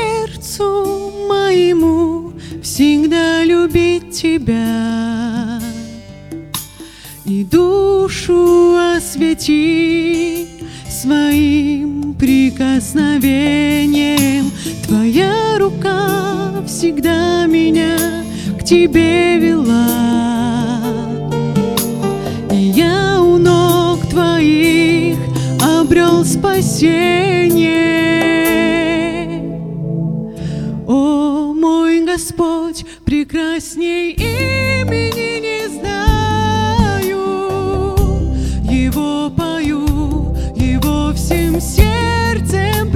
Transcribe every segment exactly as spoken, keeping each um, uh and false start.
сердцу моему всегда любить Тебя и душу освети своим прикосновением. Твоя рука всегда меня к Тебе вела, и я у ног Твоих обрел спасение. О, мой Господь, прекрасней имени не знаю, Его пою, Его всем сердцем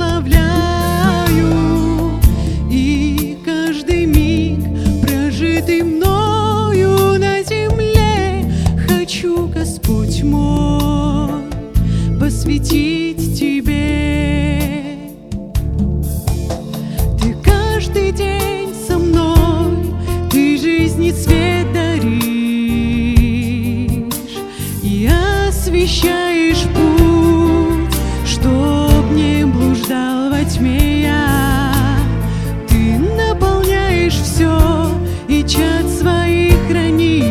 прославляю, и каждый миг, прожитый мною на земле, хочу, Господь мой, посвятить Тебе. Ты каждый день со мной, Ты жизни свет даришь и освещаешь путь, чтоб не блуждал во тьме я. Ты наполняешь все и чад своих хранишь.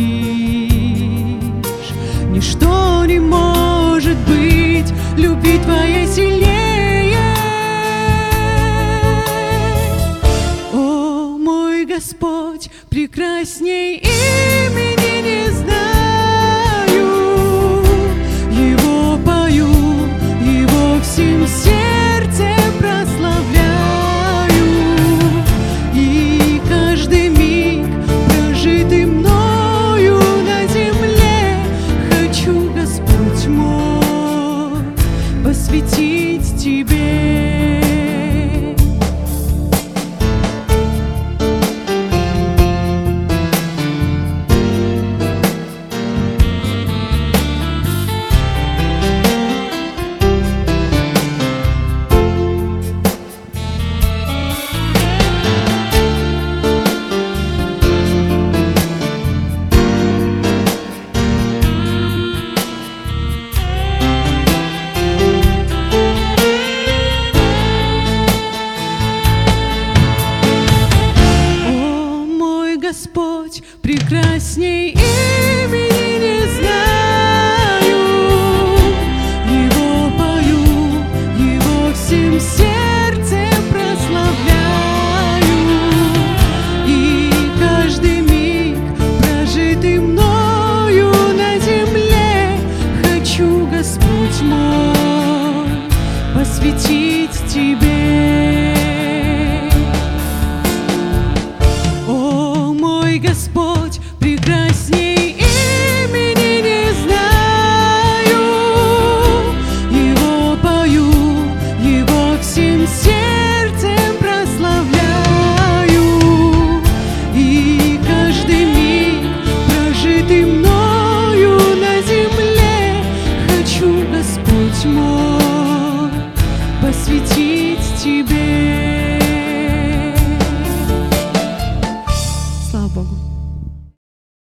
Ничто не может быть любви Твоей сильнее. О, мой Господь, прекрасней имени не знаю, Его пою, Его всем сердцем прославляю, и каждый миг, прожитый мною на земле, хочу, Господь мой, посвятить Тебе. Господь, прекрасней имени не знаю, Его пою, Его всем сердцем прославляю, и каждый миг, прожитый мною на земле, хочу, Господь мой, посвятить Тебе. Господь, прекрасней имени не знаю, Его пою, Его всем сердцем прославляю, и каждый миг, прожитый мною на земле, хочу, Господь мой, посвятить Тебе. Слава Богу.